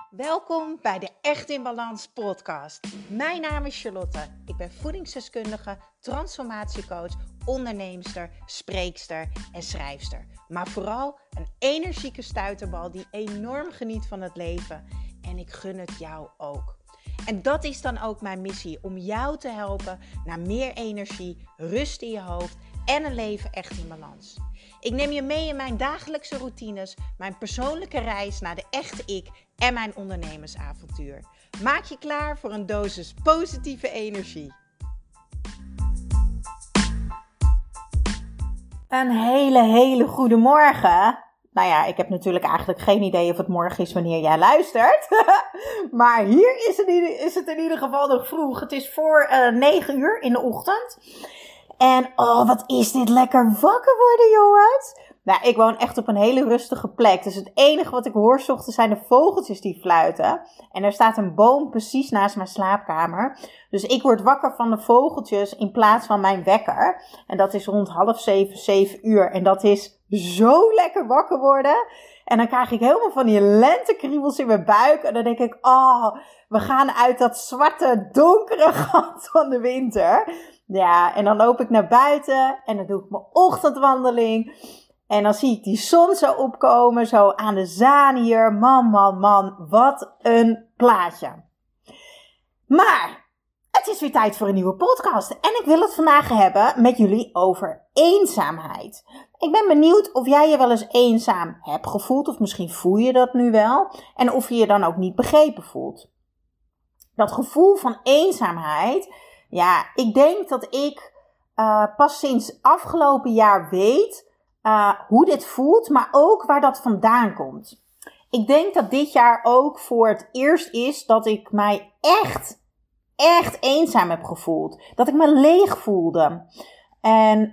Welkom bij de Echt in Balans podcast. Mijn naam is Charlotte. Ik ben voedingsdeskundige, transformatiecoach, onderneemster, spreekster en schrijfster. Maar vooral een energieke stuiterbal die enorm geniet van het leven. En ik gun het jou ook. En dat is dan ook mijn missie, om jou te helpen naar meer energie, rust in je hoofd en een leven echt in balans. Ik neem je mee in mijn dagelijkse routines, mijn persoonlijke reis naar de echte ik en mijn ondernemersavontuur. Maak je klaar voor een dosis positieve energie. Een hele goede morgen. Nou ja, ik heb natuurlijk eigenlijk geen idee of het morgen is wanneer jij luistert. Maar hier is het in ieder geval nog vroeg. Het is voor 9 uur in de ochtend. En wat is dit lekker wakker worden, jongens. Nou, ik woon echt op een hele rustige plek. Dus het enige wat ik hoor 's ochtends zijn de vogeltjes die fluiten. En er staat een boom precies naast mijn slaapkamer. Dus ik word wakker van de vogeltjes in plaats van mijn wekker. En dat is rond 6:30, 7 uur. En dat is zo lekker wakker worden. En dan krijg ik helemaal van die lentekriebels in mijn buik. En dan denk ik, we gaan uit dat zwarte, donkere gat van de winter. Ja, en dan loop ik naar buiten en dan doe ik mijn ochtendwandeling. En dan zie ik die zon zo opkomen, zo aan de zaan hier. Man, wat een plaatje. Maar het is weer tijd voor een nieuwe podcast. En ik wil het vandaag hebben met jullie over eenzaamheid. Ik ben benieuwd of jij je wel eens eenzaam hebt gevoeld. Of misschien voel je dat nu wel. En of je je dan ook niet begrepen voelt. Dat gevoel van eenzaamheid. Ja, ik denk dat ik pas sinds afgelopen jaar weet hoe dit voelt, maar ook waar dat vandaan komt. Ik denk dat dit jaar ook voor het eerst is dat ik mij echt eenzaam heb gevoeld. Dat ik me leeg voelde. En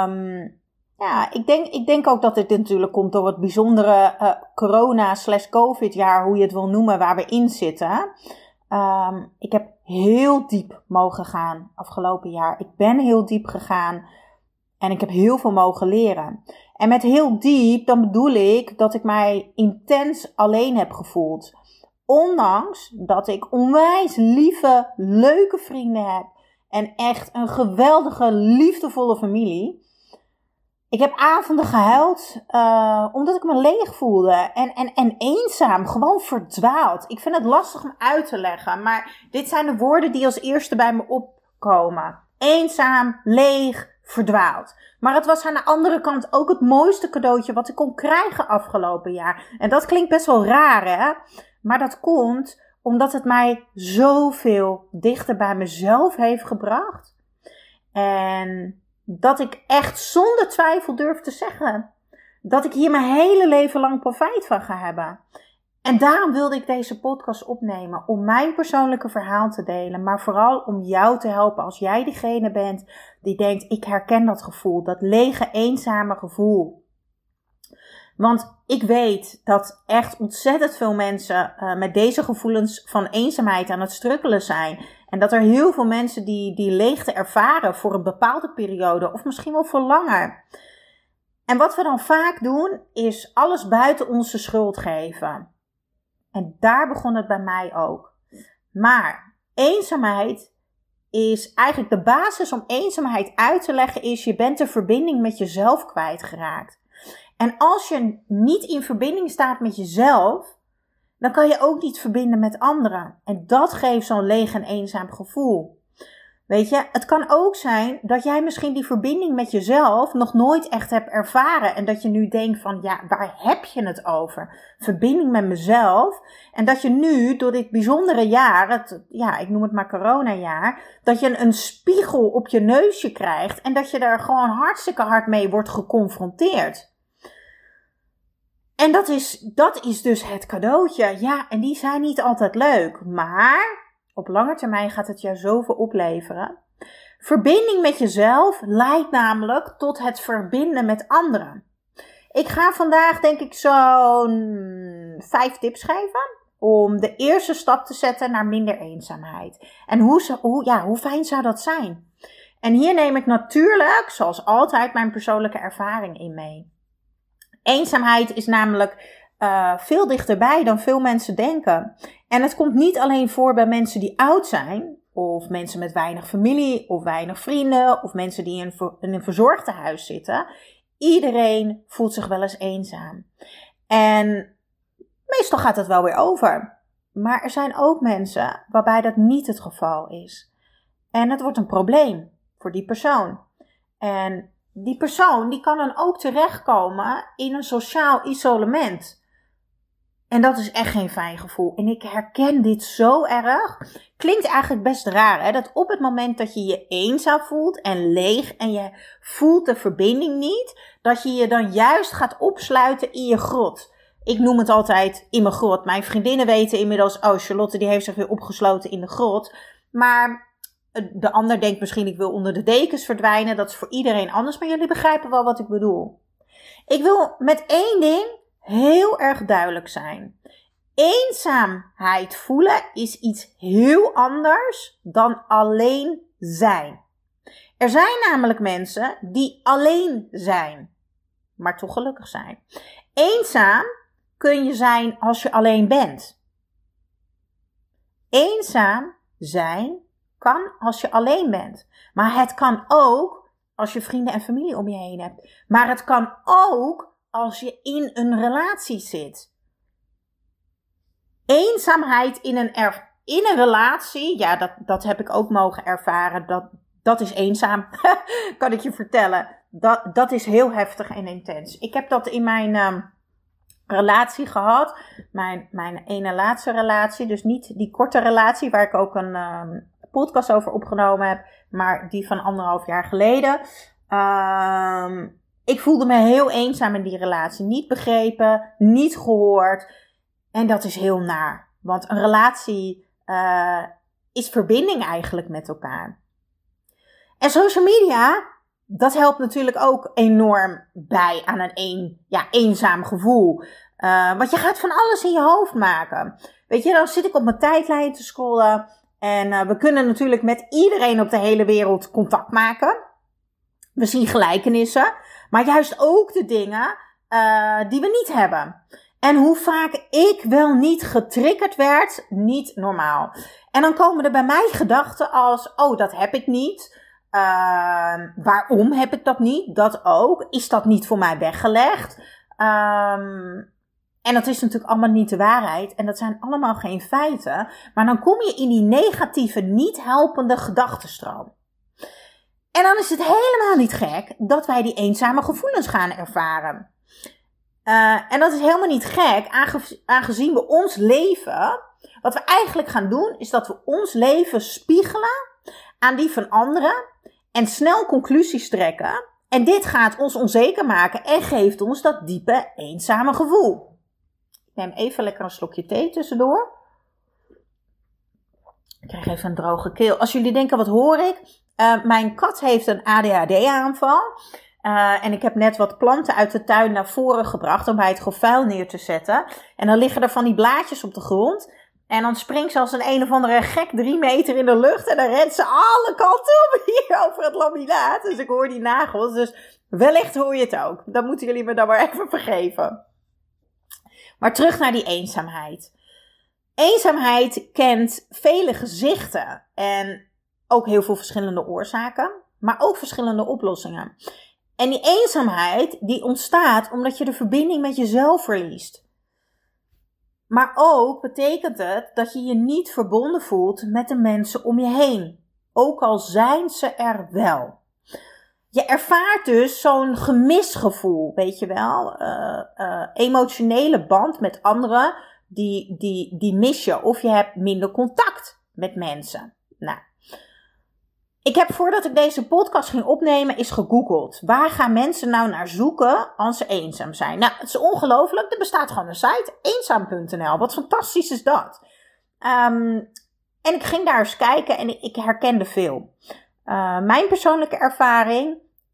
ik denk ook dat dit natuurlijk komt door het bijzondere corona/covid jaar, hoe je het wil noemen, waar we in zitten. Ik heb heel diep mogen gaan afgelopen jaar. Ik ben heel diep gegaan en ik heb heel veel mogen leren. En met heel diep, dan bedoel ik dat ik mij intens alleen heb gevoeld. Ondanks dat ik onwijs lieve, leuke vrienden heb en echt een geweldige, liefdevolle familie. Ik heb avonden gehuild omdat ik me leeg voelde en eenzaam, gewoon verdwaald. Ik vind het lastig om uit te leggen, maar dit zijn de woorden die als eerste bij me opkomen. Eenzaam, leeg, verdwaald. Maar het was aan de andere kant ook het mooiste cadeautje wat ik kon krijgen afgelopen jaar. En dat klinkt best wel raar, hè? Maar dat komt omdat het mij zoveel dichter bij mezelf heeft gebracht. En dat ik echt zonder twijfel durf te zeggen dat ik hier mijn hele leven lang profijt van ga hebben. En daarom wilde ik deze podcast opnemen, om mijn persoonlijke verhaal te delen, maar vooral om jou te helpen als jij diegene bent die denkt, ik herken dat gevoel, dat lege, eenzame gevoel. Want ik weet dat echt ontzettend veel mensen met deze gevoelens van eenzaamheid aan het struggelen zijn. En dat er heel veel mensen die leegte ervaren voor een bepaalde periode of misschien wel voor langer. En wat we dan vaak doen is alles buiten onze schuld geven. En daar begon het bij mij ook. Maar eenzaamheid is eigenlijk de basis om eenzaamheid uit te leggen is je bent de verbinding met jezelf kwijtgeraakt. En als je niet in verbinding staat met jezelf, dan kan je ook niet verbinden met anderen. En dat geeft zo'n leeg en eenzaam gevoel. Weet je, het kan ook zijn dat jij misschien die verbinding met jezelf nog nooit echt hebt ervaren. En dat je nu denkt van, ja, waar heb je het over? Verbinding met mezelf. En dat je nu, door dit bijzondere jaar, ik noem het maar coronajaar, dat je een spiegel op je neusje krijgt. En dat je daar gewoon hartstikke hard mee wordt geconfronteerd. En dat is dus het cadeautje. Ja, en die zijn niet altijd leuk. Maar op lange termijn gaat het jou zoveel opleveren. Verbinding met jezelf leidt namelijk tot het verbinden met anderen. Ik ga vandaag denk ik zo'n 5 tips geven om de eerste stap te zetten naar minder eenzaamheid. En hoe fijn zou dat zijn? En hier neem ik natuurlijk, zoals altijd, mijn persoonlijke ervaring in mee. Eenzaamheid is namelijk veel dichterbij dan veel mensen denken. En het komt niet alleen voor bij mensen die oud zijn, of mensen met weinig familie, of weinig vrienden, of mensen die in een verzorgtehuis zitten. Iedereen voelt zich wel eens eenzaam. En meestal gaat het wel weer over. Maar er zijn ook mensen waarbij dat niet het geval is. En het wordt een probleem voor die persoon. En die persoon die kan dan ook terechtkomen in een sociaal isolement. En dat is echt geen fijn gevoel. En ik herken dit zo erg. Klinkt eigenlijk best raar, hè? Dat op het moment dat je je eenzaam voelt en leeg en je voelt de verbinding niet, dat je je dan juist gaat opsluiten in je grot. Ik noem het altijd in mijn grot. Mijn vriendinnen weten inmiddels, oh, Charlotte die heeft zich weer opgesloten in de grot. Maar de ander denkt misschien, ik wil onder de dekens verdwijnen. Dat is voor iedereen anders, maar jullie begrijpen wel wat ik bedoel. Ik wil met één ding heel erg duidelijk zijn. Eenzaamheid voelen is iets heel anders dan alleen zijn. Er zijn namelijk mensen die alleen zijn, maar toch gelukkig zijn. Eenzaam kun je zijn als je alleen bent. Eenzaam zijn kan als je alleen bent. Maar het kan ook als je vrienden en familie om je heen hebt. Maar het kan ook als je in een relatie zit. Eenzaamheid in een relatie, ja, dat heb ik ook mogen ervaren. Dat is eenzaam, kan ik je vertellen. Dat is heel heftig en intens. Ik heb dat in mijn relatie gehad. Mijn ene laatste relatie. Dus niet die korte relatie waar ik ook een podcast over opgenomen heb. Maar die van 1,5 jaar geleden. Ik voelde me heel eenzaam in die relatie. Niet begrepen, niet gehoord. En dat is heel naar. Want een relatie is verbinding eigenlijk met elkaar. En social media, dat helpt natuurlijk ook enorm bij aan een eenzaam gevoel. Want je gaat van alles in je hoofd maken. Weet je, dan zit ik op mijn tijdlijn te scrollen. En we kunnen natuurlijk met iedereen op de hele wereld contact maken. We zien gelijkenissen. Maar juist ook de dingen die we niet hebben. En hoe vaak ik wel niet getriggerd werd, niet normaal. En dan komen er bij mij gedachten als, oh, dat heb ik niet. Waarom heb ik dat niet? Dat ook. Is dat niet voor mij weggelegd? En dat is natuurlijk allemaal niet de waarheid. En dat zijn allemaal geen feiten. Maar dan kom je in die negatieve, niet helpende gedachtenstroom. En dan is het helemaal niet gek dat wij die eenzame gevoelens gaan ervaren. En dat is helemaal niet gek, aangezien we ons leven, wat we eigenlijk gaan doen, is dat we ons leven spiegelen aan die van anderen en snel conclusies trekken. En dit gaat ons onzeker maken en geeft ons dat diepe, eenzame gevoel. Ik neem even lekker een slokje thee tussendoor. Ik krijg even een droge keel. Als jullie denken, wat hoor ik? Mijn kat heeft een ADHD-aanval. En ik heb net wat planten uit de tuin naar voren gebracht om bij het grof vuil neer te zetten. En dan liggen er van die blaadjes op de grond. En dan springt ze als een of andere gek 3 meter in de lucht. En dan rent ze alle kanten op hier over het laminaat. Dus ik hoor die nagels. Dus wellicht hoor je het ook. Dan moeten jullie me dan maar even vergeven. Maar terug naar die eenzaamheid. Eenzaamheid kent vele gezichten. En ook heel veel verschillende oorzaken. Maar ook verschillende oplossingen. En die eenzaamheid die ontstaat omdat je de verbinding met jezelf verliest. Maar ook betekent het dat je je niet verbonden voelt met de mensen om je heen. Ook al zijn ze er wel. Je ervaart dus zo'n gemisgevoel, weet je wel. Emotionele band met anderen, die mis je. Of je hebt minder contact met mensen. Nou. Ik heb voordat ik deze podcast ging opnemen eens gegoogeld. Waar gaan mensen nou naar zoeken als ze eenzaam zijn? Nou, het is ongelooflijk. Er bestaat gewoon een site, eenzaam.nl. Wat fantastisch is dat. En ik ging daar eens kijken en ik herkende veel. Mijn persoonlijke ervaring...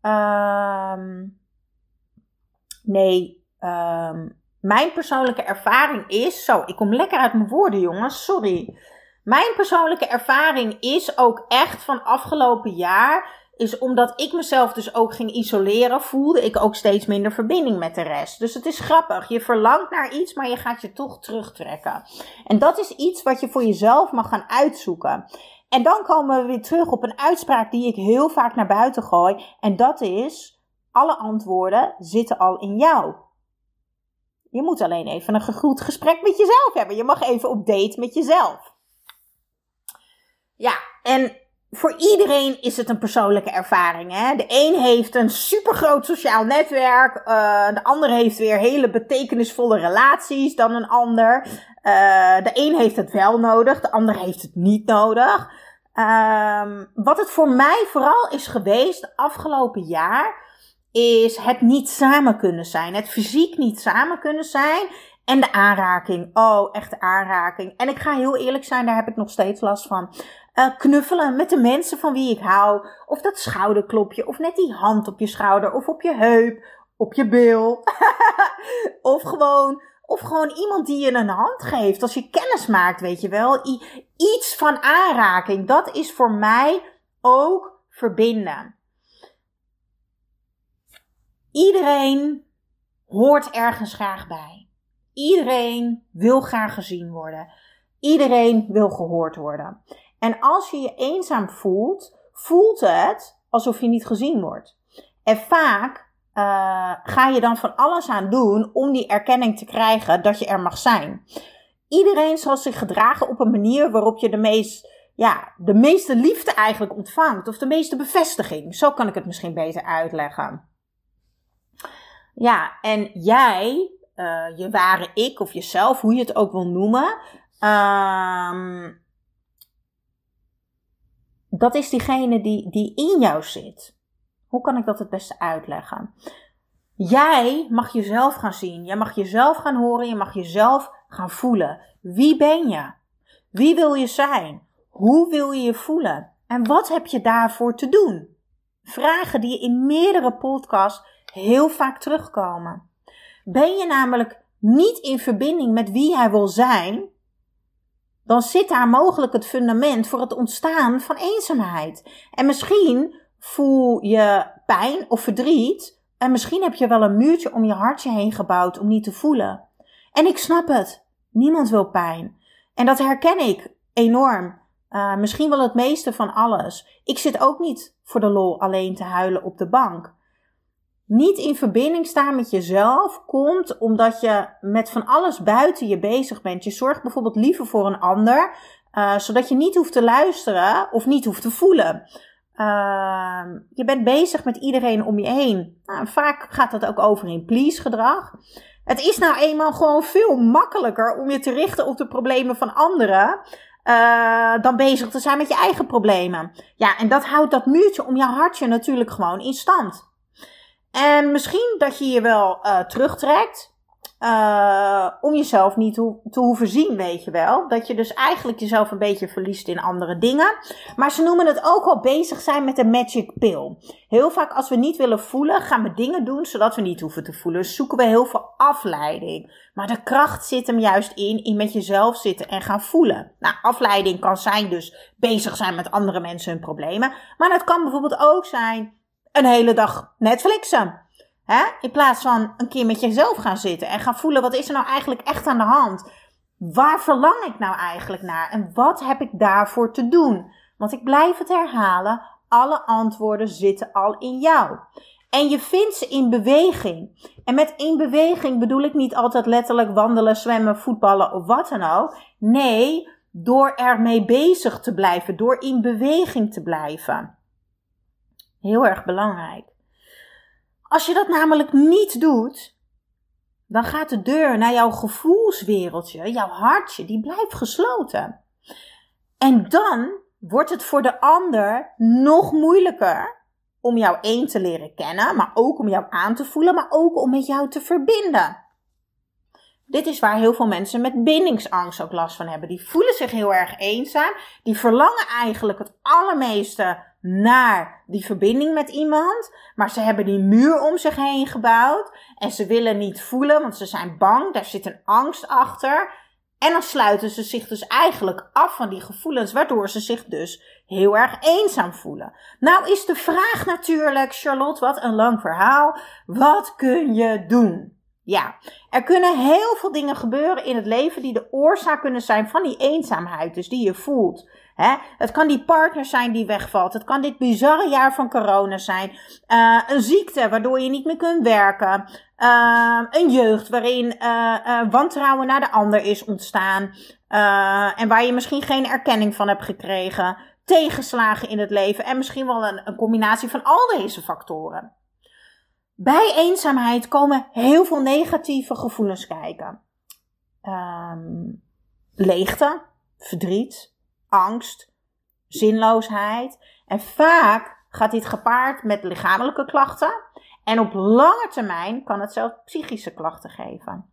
mijn persoonlijke ervaring is... Zo, ik kom lekker uit mijn woorden, jongens. Sorry. Mijn persoonlijke ervaring is ook echt van afgelopen jaar is omdat ik mezelf dus ook ging isoleren, voelde ik ook steeds minder verbinding met de rest. Dus het is grappig. Je verlangt naar iets, maar je gaat je toch terugtrekken. En dat is iets wat je voor jezelf mag gaan uitzoeken. En dan komen we weer terug op een uitspraak die ik heel vaak naar buiten gooi. En dat is, alle antwoorden zitten al in jou. Je moet alleen even een goed gesprek met jezelf hebben. Je mag even op date met jezelf. Ja, en voor iedereen is het een persoonlijke ervaring. Hè? De een heeft een supergroot sociaal netwerk. De ander heeft weer hele betekenisvolle relaties dan een ander. De een heeft het wel nodig, de ander heeft het niet nodig. Wat het voor mij vooral is geweest de afgelopen jaar, is het niet samen kunnen zijn. Het fysiek niet samen kunnen zijn. En de aanraking. Oh, echt de aanraking. En ik ga heel eerlijk zijn, daar heb ik nog steeds last van. Knuffelen met de mensen van wie ik hou. Of dat schouderklopje. Of net die hand op je schouder. Of op je heup. Op je bil. Of gewoon iemand die je een hand geeft. Als je kennis maakt, weet je wel. Iets van aanraking. Dat is voor mij ook verbinden. Iedereen hoort ergens graag bij. Iedereen wil graag gezien worden. Iedereen wil gehoord worden. En als je je eenzaam voelt, voelt het alsof je niet gezien wordt. En vaak ga je dan van alles aan doen om die erkenning te krijgen dat je er mag zijn. Iedereen zal zich gedragen op een manier waarop je de meeste liefde eigenlijk ontvangt. Of de meeste bevestiging. Zo kan ik het misschien beter uitleggen. Ja, en jij, je ware ik of jezelf, hoe je het ook wil noemen, dat is diegene die in jou zit. Hoe kan ik dat het beste uitleggen? Jij mag jezelf gaan zien, jij mag jezelf gaan horen, je mag jezelf gaan voelen. Wie ben je? Wie wil je zijn? Hoe wil je je voelen? En wat heb je daarvoor te doen? Vragen die in meerdere podcasts heel vaak terugkomen. Ben je namelijk niet in verbinding met wie hij wil zijn, dan zit daar mogelijk het fundament voor het ontstaan van eenzaamheid. En misschien voel je pijn of verdriet en misschien heb je wel een muurtje om je hartje heen gebouwd om niet te voelen. En ik snap het. Niemand wil pijn. En dat herken ik enorm. Misschien wel het meeste van alles. Ik zit ook niet voor de lol alleen te huilen op de bank. Niet in verbinding staan met jezelf komt omdat je met van alles buiten je bezig bent. Je zorgt bijvoorbeeld liever voor een ander, zodat je niet hoeft te luisteren of niet hoeft te voelen. Je bent bezig met iedereen om je heen. Vaak gaat dat ook over in please gedrag. Het is nou eenmaal gewoon veel makkelijker om je te richten op de problemen van anderen, dan bezig te zijn met je eigen problemen. Ja, en dat houdt dat muurtje om je hartje natuurlijk gewoon in stand. En misschien dat je je wel terugtrekt om jezelf niet te hoeven zien, weet je wel. Dat je dus eigenlijk jezelf een beetje verliest in andere dingen. Maar ze noemen het ook al bezig zijn met een magic pill. Heel vaak als we niet willen voelen, gaan we dingen doen zodat we niet hoeven te voelen. Dus zoeken we heel veel afleiding. Maar de kracht zit hem juist in met jezelf zitten en gaan voelen. Nou, afleiding kan zijn dus bezig zijn met andere mensen hun problemen. Maar het kan bijvoorbeeld ook zijn een hele dag Netflixen. In plaats van een keer met jezelf gaan zitten en gaan voelen, wat is er nou eigenlijk echt aan de hand? Waar verlang ik nou eigenlijk naar? En wat heb ik daarvoor te doen? Want ik blijf het herhalen, alle antwoorden zitten al in jou. En je vindt ze in beweging. En met in beweging bedoel ik niet altijd letterlijk wandelen, zwemmen, voetballen of wat dan ook. Nee, door ermee bezig te blijven, door in beweging te blijven. Heel erg belangrijk. Als je dat namelijk niet doet, dan gaat de deur naar jouw gevoelswereldje, jouw hartje, die blijft gesloten. En dan wordt het voor de ander nog moeilijker om jou te leren kennen, maar ook om jou aan te voelen, maar ook om met jou te verbinden. Dit is waar heel veel mensen met bindingsangst ook last van hebben. Die voelen zich heel erg eenzaam. Die verlangen eigenlijk het allermeeste naar die verbinding met iemand. Maar ze hebben die muur om zich heen gebouwd. En ze willen niet voelen, want ze zijn bang. Daar zit een angst achter. En dan sluiten ze zich dus eigenlijk af van die gevoelens, waardoor ze zich dus heel erg eenzaam voelen. Nou is de vraag natuurlijk, Charlotte, wat een lang verhaal. Wat kun je doen? Ja, er kunnen heel veel dingen gebeuren in het leven die de oorzaak kunnen zijn van die eenzaamheid, dus die je voelt. Het kan die partner zijn die wegvalt. Het kan dit bizarre jaar van corona zijn. Een ziekte waardoor je niet meer kunt werken. Een jeugd waarin wantrouwen naar de ander is ontstaan. En waar je misschien geen erkenning van hebt gekregen. Tegenslagen in het leven. En misschien wel een combinatie van al deze factoren. Bij eenzaamheid komen heel veel negatieve gevoelens kijken. Leegte, verdriet, angst, zinloosheid. En vaak gaat dit gepaard met lichamelijke klachten. En op lange termijn kan het zelfs psychische klachten geven.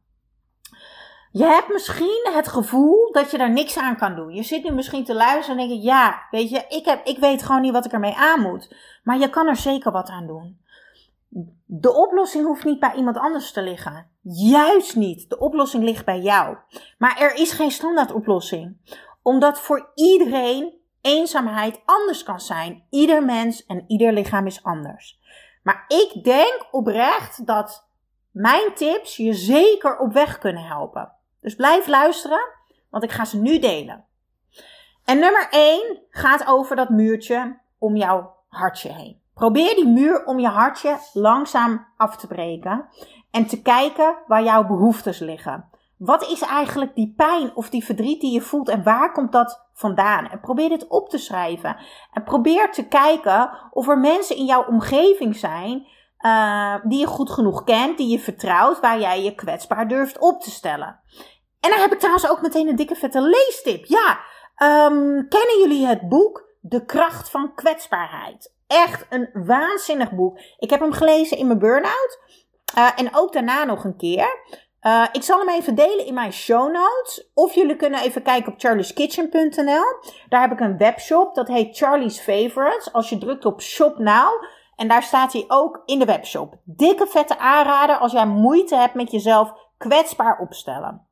Je hebt misschien het gevoel dat je daar niks aan kan doen. Je zit nu misschien te luisteren en denk je, ja, weet je, ik weet gewoon niet wat ik ermee aan moet. Maar je kan er zeker wat aan doen. De oplossing hoeft niet bij iemand anders te liggen. Juist niet. De oplossing ligt bij jou. Maar er is geen standaard oplossing. Omdat voor iedereen eenzaamheid anders kan zijn. Ieder mens en ieder lichaam is anders. Maar ik denk oprecht dat mijn tips je zeker op weg kunnen helpen. Dus blijf luisteren, want ik ga ze nu delen. En nummer 1 gaat over dat muurtje om jouw hartje heen. Probeer die muur om je hartje langzaam af te breken en te kijken waar jouw behoeftes liggen. Wat is eigenlijk die pijn of die verdriet die je voelt en waar komt dat vandaan? En probeer dit op te schrijven. En probeer te kijken of er mensen in jouw omgeving zijn die je goed genoeg kent, die je vertrouwt, waar jij je kwetsbaar durft op te stellen. En dan heb ik trouwens ook meteen een dikke vette leestip. Ja, kennen jullie het boek De Kracht van Kwetsbaarheid? Echt een waanzinnig boek. Ik heb hem gelezen in mijn burn-out en ook daarna nog een keer. Ik zal hem even delen in mijn show notes. Of jullie kunnen even kijken op charlieskitchen.nl. Daar heb ik een webshop, dat heet Charlie's Favorites. Als je drukt op Shop Now, en daar staat hij ook in de webshop. Dikke vette aanrader als jij moeite hebt met jezelf kwetsbaar opstellen.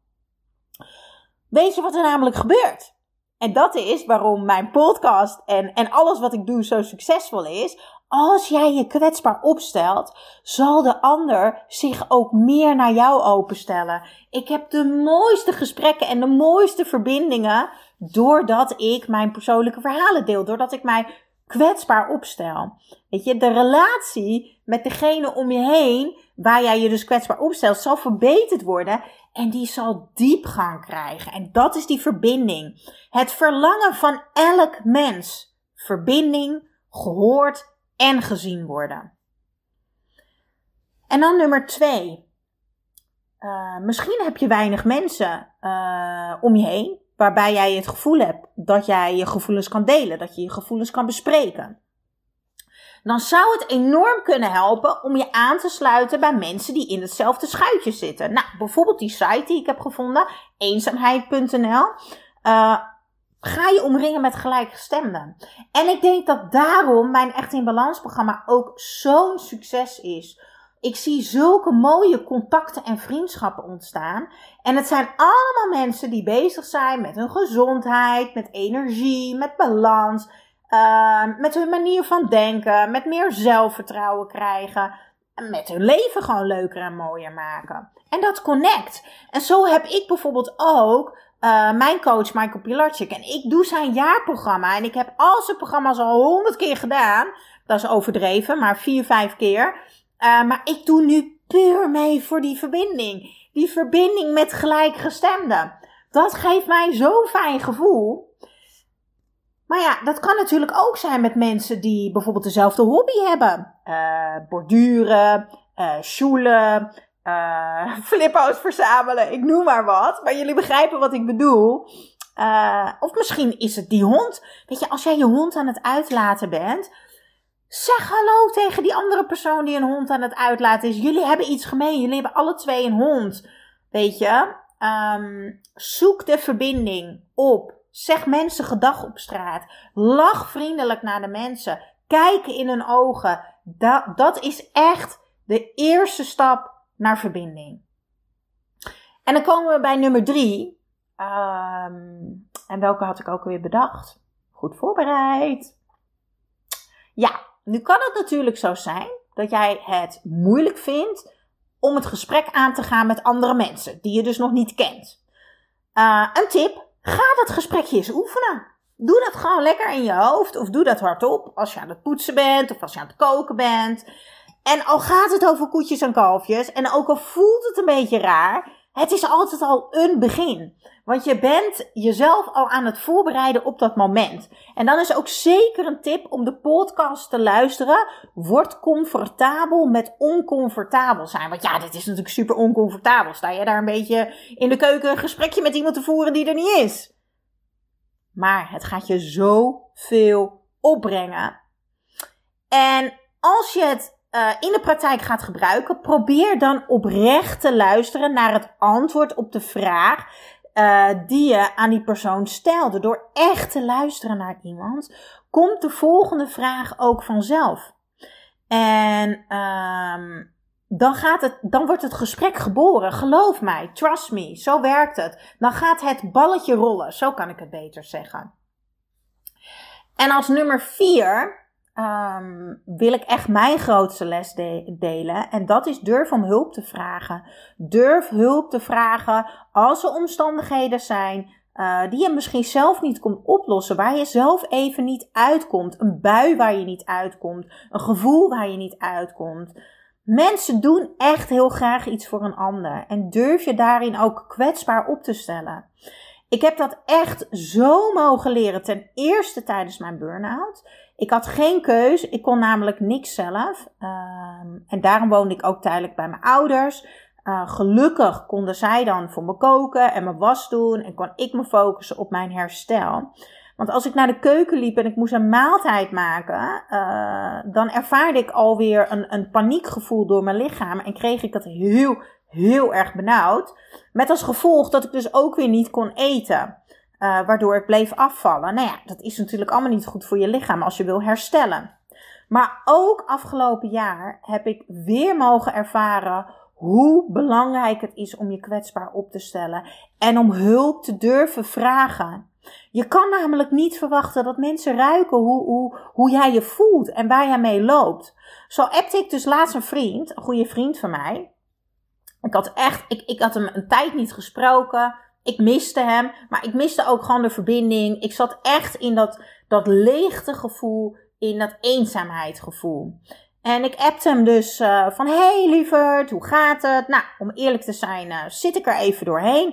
Weet je wat er namelijk gebeurt? En dat is waarom mijn podcast en alles wat ik doe zo succesvol is. Als jij je kwetsbaar opstelt, zal de ander zich ook meer naar jou openstellen. Ik heb de mooiste gesprekken en de mooiste verbindingen doordat ik mijn persoonlijke verhalen deel. Doordat ik mij kwetsbaar opstel. Weet je, de relatie met degene om je heen, waar jij je dus kwetsbaar opstelt, zal verbeterd worden. En die zal diepgang krijgen. En dat is die verbinding. Het verlangen van elk mens. Verbinding, gehoord en gezien worden. En dan nummer 2. Misschien heb je weinig mensen om je heen, waarbij jij het gevoel hebt dat jij je gevoelens kan delen. Dat je je gevoelens kan bespreken. Dan zou het enorm kunnen helpen om je aan te sluiten bij mensen die in hetzelfde schuitje zitten. Nou, bijvoorbeeld die site die ik heb gevonden, eenzaamheid.nl. Ga je omringen met gelijkgestemden. En ik denk dat daarom mijn Echt in Balans programma ook zo'n succes is. Ik zie zulke mooie contacten en vriendschappen ontstaan. En het zijn allemaal mensen die bezig zijn met hun gezondheid, met energie, met balans, met hun manier van denken, met meer zelfvertrouwen krijgen, met hun leven gewoon leuker en mooier maken. En dat connect. En zo heb ik bijvoorbeeld ook mijn coach Michael Pilarczyk. En ik doe zijn jaarprogramma. En ik heb al zijn programma's al 100 keer gedaan. Dat is overdreven, maar 4-5 keer. Maar ik doe nu puur mee voor die verbinding. Die verbinding met gelijkgestemden. Dat geeft mij zo'n fijn gevoel. Maar ja, dat kan natuurlijk ook zijn met mensen die bijvoorbeeld dezelfde hobby hebben. Borduren, sjoelen, flippo's verzamelen, ik noem maar wat. Maar jullie begrijpen wat ik bedoel. Of misschien is het die hond. Weet je, als jij je hond aan het uitlaten bent, zeg hallo tegen die andere persoon die een hond aan het uitlaten is. Jullie hebben iets gemeen, jullie hebben alle twee een hond. Weet je, zoek de verbinding op. Zeg mensen gedag op straat. Lach vriendelijk naar de mensen. Kijk in hun ogen. Dat is echt de eerste stap naar verbinding. En dan komen we bij nummer 3. En welke had ik ook alweer bedacht? Goed voorbereid. Ja, nu kan het natuurlijk zo zijn dat jij het moeilijk vindt om het gesprek aan te gaan met andere mensen die je dus nog niet kent. Een tip, ga dat gesprekje eens oefenen. Doe dat gewoon lekker in je hoofd of doe dat hardop als je aan het poetsen bent of als je aan het koken bent. En al gaat het over koetjes en kalfjes en ook al voelt het een beetje raar, het is altijd al een begin. Want je bent jezelf al aan het voorbereiden op dat moment. En dan is ook zeker een tip om de podcast te luisteren. Word comfortabel met oncomfortabel zijn. Want ja, dit is natuurlijk super oncomfortabel. Sta je daar een beetje in de keuken een gesprekje met iemand te voeren die er niet is. Maar het gaat je zoveel opbrengen. En als je het in de praktijk gaat gebruiken, probeer dan oprecht te luisteren naar het antwoord op de vraag die je aan die persoon stelde. Door echt te luisteren naar iemand, komt de volgende vraag ook vanzelf. En dan wordt het gesprek geboren. Geloof mij, trust me, zo werkt het. Dan gaat het balletje rollen, zo kan ik het beter zeggen. En als nummer 4 wil ik echt mijn grootste les delen. En dat is durf om hulp te vragen. Durf hulp te vragen als er omstandigheden zijn die je misschien zelf niet kon oplossen. Waar je zelf even niet uitkomt. Een bui waar je niet uitkomt. Een gevoel waar je niet uitkomt. Mensen doen echt heel graag iets voor een ander. En durf je daarin ook kwetsbaar op te stellen. Ik heb dat echt zo mogen leren ten eerste tijdens mijn burn-out. Ik had geen keus, ik kon namelijk niks zelf. En daarom woonde ik ook tijdelijk bij mijn ouders. Gelukkig konden zij dan voor me koken en mijn was doen. En kon ik me focussen op mijn herstel. Want als ik naar de keuken liep en ik moest een maaltijd maken, dan ervaarde ik alweer een paniekgevoel door mijn lichaam. En kreeg ik dat heel erg benauwd. Met als gevolg dat ik dus ook weer niet kon eten. Waardoor ik bleef afvallen. Nou ja, dat is natuurlijk allemaal niet goed voor je lichaam als je wil herstellen. Maar ook afgelopen jaar heb ik weer mogen ervaren hoe belangrijk het is om je kwetsbaar op te stellen. En om hulp te durven vragen. Je kan namelijk niet verwachten dat mensen ruiken hoe jij je voelt en waar jij mee loopt. Zo appte ik dus laatst een goede vriend van mij. Ik had hem een tijd niet gesproken. Ik miste hem, maar ik miste ook gewoon de verbinding. Ik zat echt in dat leegtegevoel, in dat eenzaamheidsgevoel. En ik appte hem dus van, hey lieverd, hoe gaat het? Nou, om eerlijk te zijn, zit ik er even doorheen.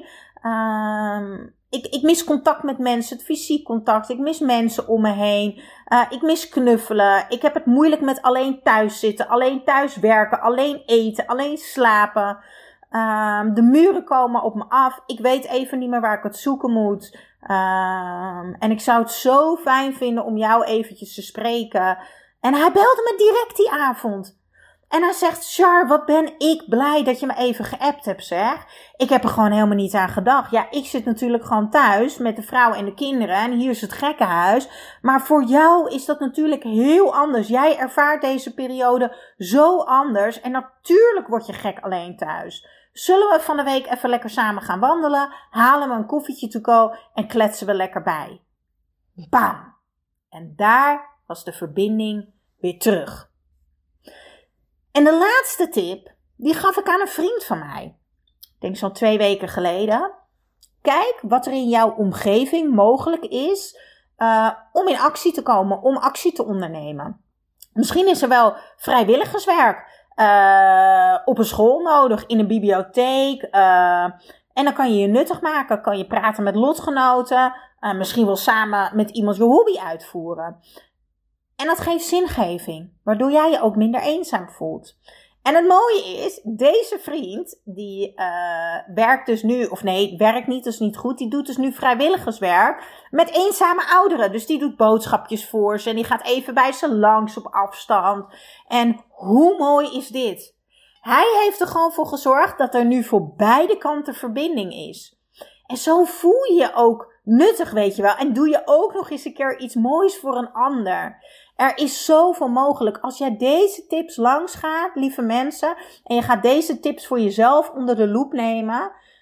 Ik mis contact met mensen, het fysiek contact. Ik mis mensen om me heen. Ik mis knuffelen. Ik heb het moeilijk met alleen thuis zitten, alleen thuis werken, alleen eten, alleen slapen. De muren komen op me af. Ik weet even niet meer waar ik het zoeken moet. En ik zou het zo fijn vinden om jou eventjes te spreken. En hij belde me direct die avond. En hij zegt, Char, wat ben ik blij dat je me even geappt hebt, zeg. Ik heb er gewoon helemaal niet aan gedacht. Ja, ik zit natuurlijk gewoon thuis met de vrouw en de kinderen. En hier is het gekkenhuis. Maar voor jou is dat natuurlijk heel anders. Jij ervaart deze periode zo anders. En natuurlijk word je gek alleen thuis. Zullen we van de week even lekker samen gaan wandelen? Halen we een koffietje to go en kletsen we lekker bij. Bam! En daar was de verbinding weer terug. En de laatste tip, die gaf ik aan een vriend van mij. Ik denk zo'n 2 weken geleden. Kijk wat er in jouw omgeving mogelijk is om in actie te komen, om actie te ondernemen. Misschien is er wel vrijwilligerswerk op een school nodig, in een bibliotheek. En dan kan je je nuttig maken, kan je praten met lotgenoten. Misschien wel samen met iemand je hobby uitvoeren. En dat geeft zingeving, waardoor jij je ook minder eenzaam voelt. En het mooie is, deze vriend, die werkt dus nu, of nee, werkt niet, dat is niet goed. Die doet dus nu vrijwilligerswerk met eenzame ouderen. Dus die doet boodschapjes voor ze en die gaat even bij ze langs op afstand. En hoe mooi is dit? Hij heeft er gewoon voor gezorgd dat er nu voor beide kanten verbinding is. En zo voel je je ook nuttig, weet je wel. En doe je ook nog eens een keer iets moois voor een ander. Er is zoveel mogelijk. Als jij deze tips langs gaat, lieve mensen, en je gaat deze tips voor jezelf onder de loep nemen,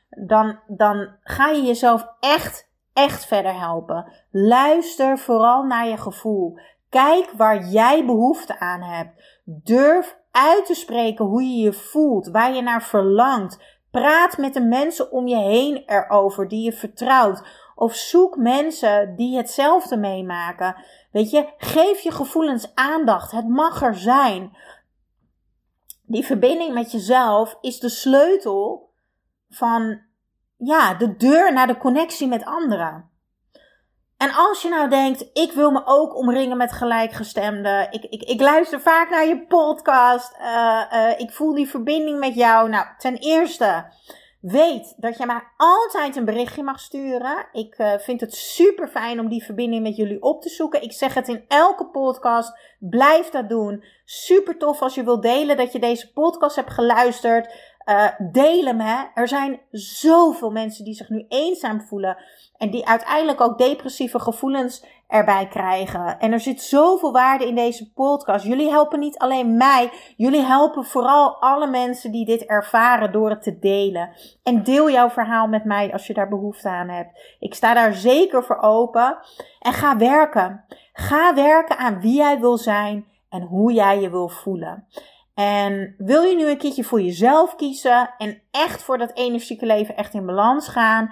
dan ga je jezelf echt verder helpen. Luister vooral naar je gevoel. Kijk waar jij behoefte aan hebt. Durf uit te spreken hoe je je voelt, waar je naar verlangt. Praat met de mensen om je heen erover die je vertrouwt. Of zoek mensen die hetzelfde meemaken. Weet je, geef je gevoelens aandacht. Het mag er zijn. Die verbinding met jezelf is de sleutel van de deur naar de connectie met anderen. En als je nou denkt, ik wil me ook omringen met gelijkgestemden. Ik luister vaak naar je podcast. Ik voel die verbinding met jou. Nou, ten eerste, weet dat je mij altijd een berichtje mag sturen. Ik vind het super fijn om die verbinding met jullie op te zoeken. Ik zeg het in elke podcast. Blijf dat doen. Super tof als je wilt delen dat je deze podcast hebt geluisterd. Deel hem, hè. Er zijn zoveel mensen die zich nu eenzaam voelen. En die uiteindelijk ook depressieve gevoelens erbij krijgen. En er zit zoveel waarde in deze podcast. Jullie helpen niet alleen mij. Jullie helpen vooral alle mensen die dit ervaren door het te delen. En deel jouw verhaal met mij als je daar behoefte aan hebt. Ik sta daar zeker voor open. En ga werken. Ga werken aan wie jij wil zijn en hoe jij je wil voelen. En wil je nu een keertje voor jezelf kiezen en echt voor dat energieke leven echt in balans gaan.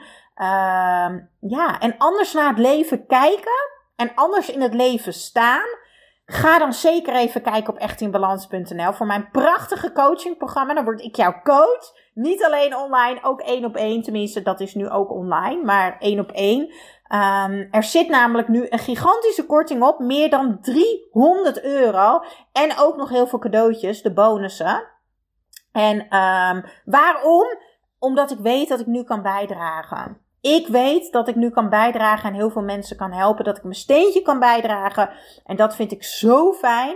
En anders naar het leven kijken en anders in het leven staan. Ga dan zeker even kijken op echtinbalans.nl voor mijn prachtige coachingprogramma. Dan word ik jouw coach. Niet alleen online, ook 1-op-1. Tenminste, dat is nu ook online, maar 1-op-1. Er zit namelijk nu een gigantische korting op. Meer dan €300. En ook nog heel veel cadeautjes, de bonussen. En waarom? Omdat ik weet dat ik nu kan bijdragen. Ik weet dat ik nu kan bijdragen en heel veel mensen kan helpen. Dat ik mijn steentje kan bijdragen. En dat vind ik zo fijn.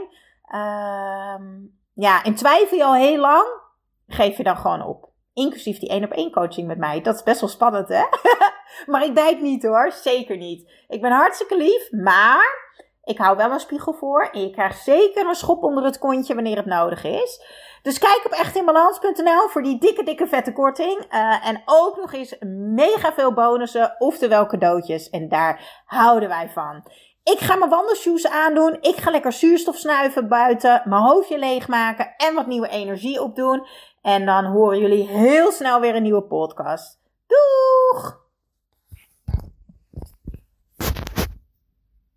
En twijfel je al heel lang? Geef je dan gewoon op. Inclusief die 1-op-1 coaching met mij. Dat is best wel spannend, hè? Maar ik bijt niet hoor. Zeker niet. Ik ben hartstikke lief. Maar ik hou wel een spiegel voor. En je krijgt zeker een schop onder het kontje wanneer het nodig is. Dus kijk op echtinbalans.nl voor die dikke vette korting. En ook nog eens mega veel bonussen. Oftewel cadeautjes. En daar houden wij van. Ik ga mijn wandelshoes aandoen. Ik ga lekker zuurstof snuiven buiten. Mijn hoofdje leegmaken. En wat nieuwe energie opdoen. En dan horen jullie heel snel weer een nieuwe podcast. Doeg!